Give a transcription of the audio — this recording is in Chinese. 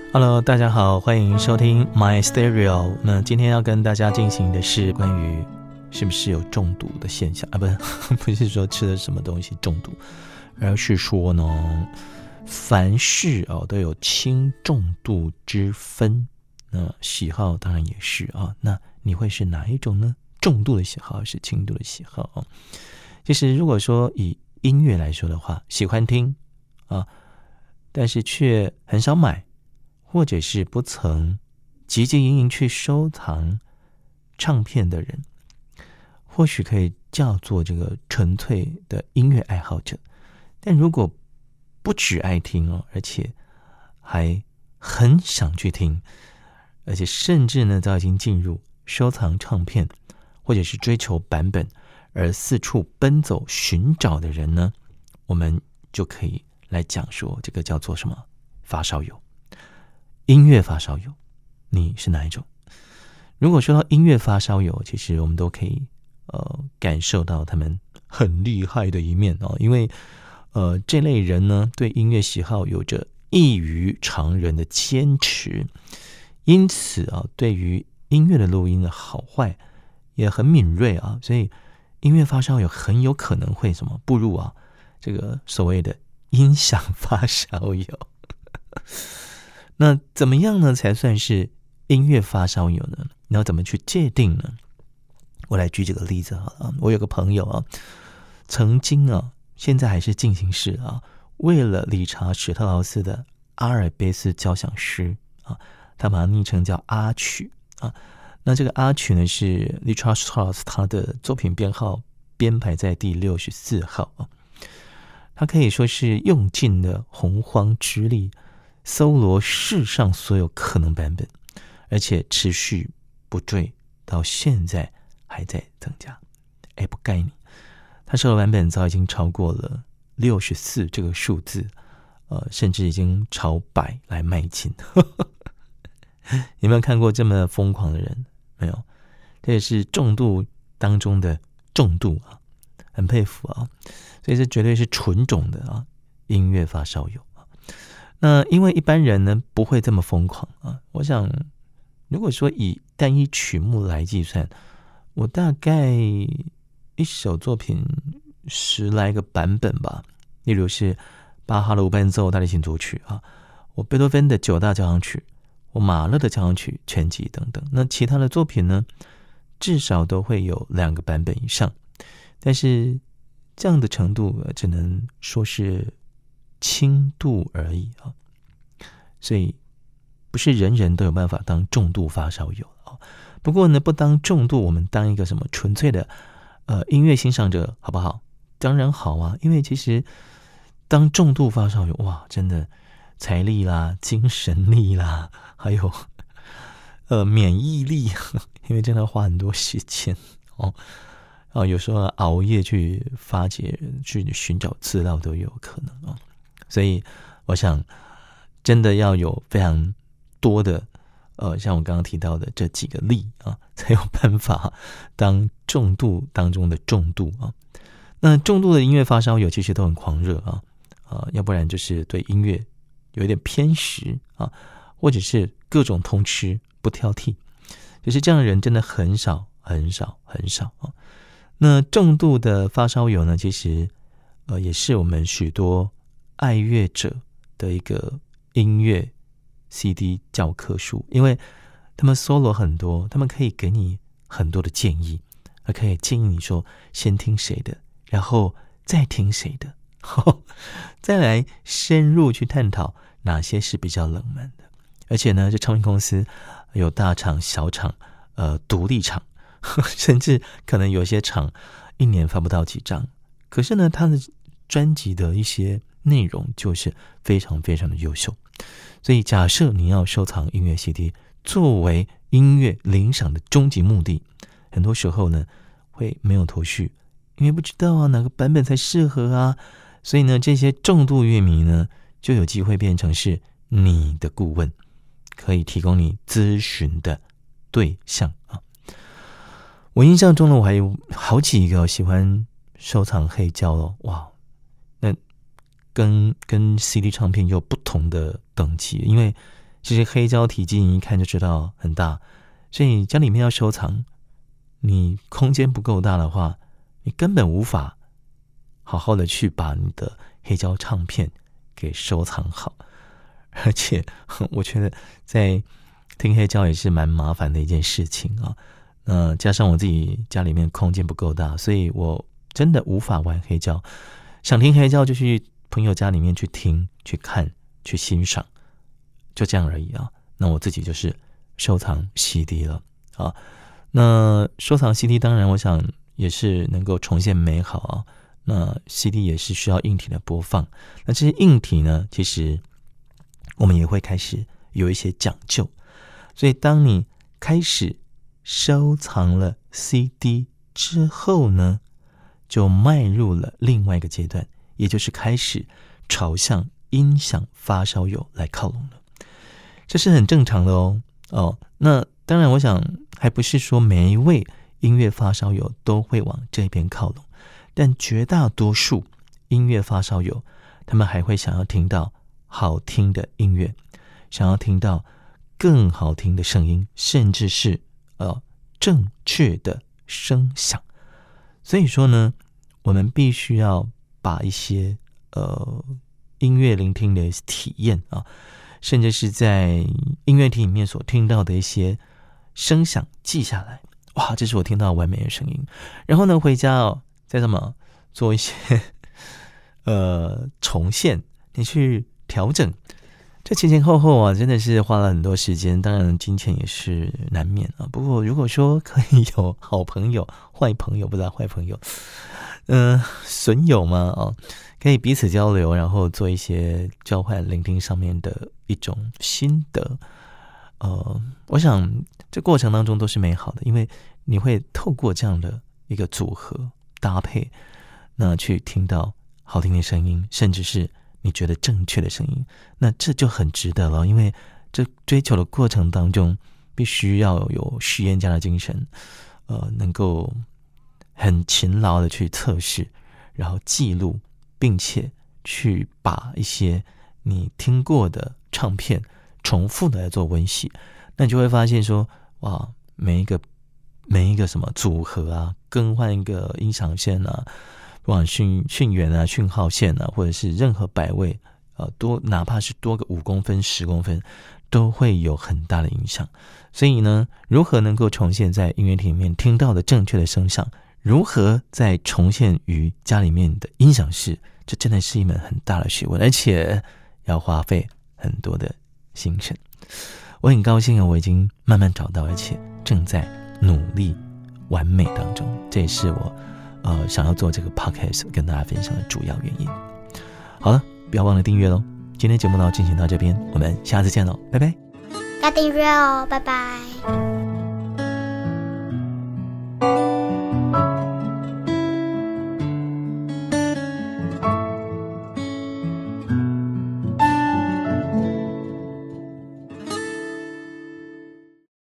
Hello， 大家好，欢迎收听 My Stereo。那今天要跟大家进行的是关于是不是有中毒的现象啊？不是说吃了什么东西中毒，而是说呢，凡事都有轻重度之分。那喜好当然也是啊。那你会是哪一种呢？重度的喜好还是轻度的喜好啊？其实如果说以音乐来说的话，喜欢听啊，但是却很少买。或者是不曾汲汲营营去收藏唱片的人，或许可以叫做这个纯粹的音乐爱好者。但如果不只爱听而且还很想去听，而且甚至呢早已经进入收藏唱片或者是追求版本而四处奔走寻找的人呢，我们就可以来讲说这个叫做什么发烧友。音乐发烧友，你是哪一种？如果说到音乐发烧友，其实我们都可以感受到他们很厉害的一面因为这类人呢对音乐喜好有着异于常人的坚持，因此对于音乐的录音的好坏也很敏锐所以音乐发烧友很有可能会步入这个所谓的音响发烧友。那怎么样呢才算是音乐发烧友呢？你要怎么去界定呢？我来举几个例子好了。我有个朋友曾经现在还是进行式为了理查史特劳斯的阿尔卑斯交响诗他把它昵称叫阿曲那这个阿曲呢是 Richard Strauss 他的作品编号编排在第64号他可以说是用尽了洪荒之力搜罗世上所有可能版本，而且持续不坠，到现在还在增加。不盖你，他收的版本早已经超过了64这个数字，甚至已经朝100来迈进。有没有看过这么疯狂的人？没有，这也是重度当中的重度很佩服所以这绝对是纯种的音乐发烧友。那因为一般人呢不会这么疯狂我想如果说以单一曲目来计算，我大概一首作品10来个版本吧。例如是巴哈的无伴奏大提琴组曲我贝多芬的9大交响曲，我马勒的交响曲全集等等。那其他的作品呢至少都会有2个版本以上，但是这样的程度只能说是轻度而已所以不是人人都有办法当重度发烧友不过呢，不当重度，我们当一个什么纯粹的音乐欣赏者好不好？当然好因为其实当重度发烧友哇，真的财力啦、精神力啦，还有免疫力，因为真的花很多时间有时候熬夜去发掘、去寻找资料都有可能所以我想真的要有非常多的像我刚刚提到的这几个例才有办法当重度当中的重度那重度的音乐发烧友其实都很狂热要不然就是对音乐有一点偏食或者是各种通吃不挑剔，就是这样的人真的很少很少很少那重度的发烧友呢，其实也是我们许多爱乐者的一个音乐 CD 教科书，因为他们 solo 很多，他们可以给你很多的建议，而可以建议你说先听谁的，然后再听谁的再来深入去探讨哪些是比较冷门的。而且呢，这唱片公司有大厂小厂独立厂甚至可能有些厂1年发不到几张，可是呢他的专辑的一些内容就是非常非常的优秀。所以假设你要收藏音乐 CD 作为音乐领赏的终极目的，很多时候呢会没有头绪，因为不知道哪个版本才适合所以呢这些重度乐迷呢就有机会变成是你的顾问，可以提供你咨询的对象我印象中呢，我还有好几个喜欢收藏黑胶哇，那跟 CD 唱片有不同的等级，因为其实黑胶体积你一看就知道很大，所以家里面要收藏，你空间不够大的话，你根本无法好好的去把你的黑胶唱片给收藏好。而且我觉得在听黑胶也是蛮麻烦的一件事情啊。加上我自己家里面空间不够大，所以我真的无法玩黑胶。想听黑胶就去朋友家里面去听、去看、去欣赏，就这样而已啊。那我自己就是收藏 CD 了啊。那收藏 CD 当然我想也是能够重现美好啊。那 CD 也是需要硬体的播放，那这些硬体呢，其实我们也会开始有一些讲究。所以当你开始收藏了 CD 之后呢，就迈入了另外一个阶段，也就是开始朝向音响发烧友来靠拢了。这是很正常的哦。那当然我想还不是说每一位音乐发烧友都会往这边靠拢，但绝大多数音乐发烧友他们还会想要听到好听的音乐，想要听到更好听的声音，甚至是正确的声响。所以说呢，我们必须要把一些音乐聆听的体验啊，甚至是在音乐厅里面所听到的一些声响记下来。哇，这是我听到完美的声音。然后呢，回家再做一些重现，你去调整。这前前后后真的是花了很多时间，当然金钱也是难免啊。不过如果说可以有好朋友、坏朋友，不知道坏朋友，损友嘛可以彼此交流，然后做一些交换聆听上面的一种心得。我想这过程当中都是美好的，因为你会透过这样的一个组合搭配，那去听到好听的声音，甚至是你觉得正确的声音，那这就很值得了。因为这追求的过程当中必须要有实验家的精神，能够很勤劳的去测试，然后记录，并且去把一些你听过的唱片重复的来做温习。那你就会发现说，哇，每一个什么组合啊，更换一个音响线啊，不管讯源啊、讯号线啊，或者是任何摆位哪怕是多个5公分、10公分，都会有很大的影响。所以呢，如何能够重现在音乐厅里面听到的正确的声响，如何再重现于家里面的音响室，这真的是一门很大的学问，而且要花费很多的心神。我很高兴我已经慢慢找到，而且正在努力完美当中。这也是我想要做这个 podcast 跟大家分享的主要原因。好了，不要忘了订阅咯。今天节目进行到这边，我们下次见咯，拜拜。 要订阅哦，拜拜。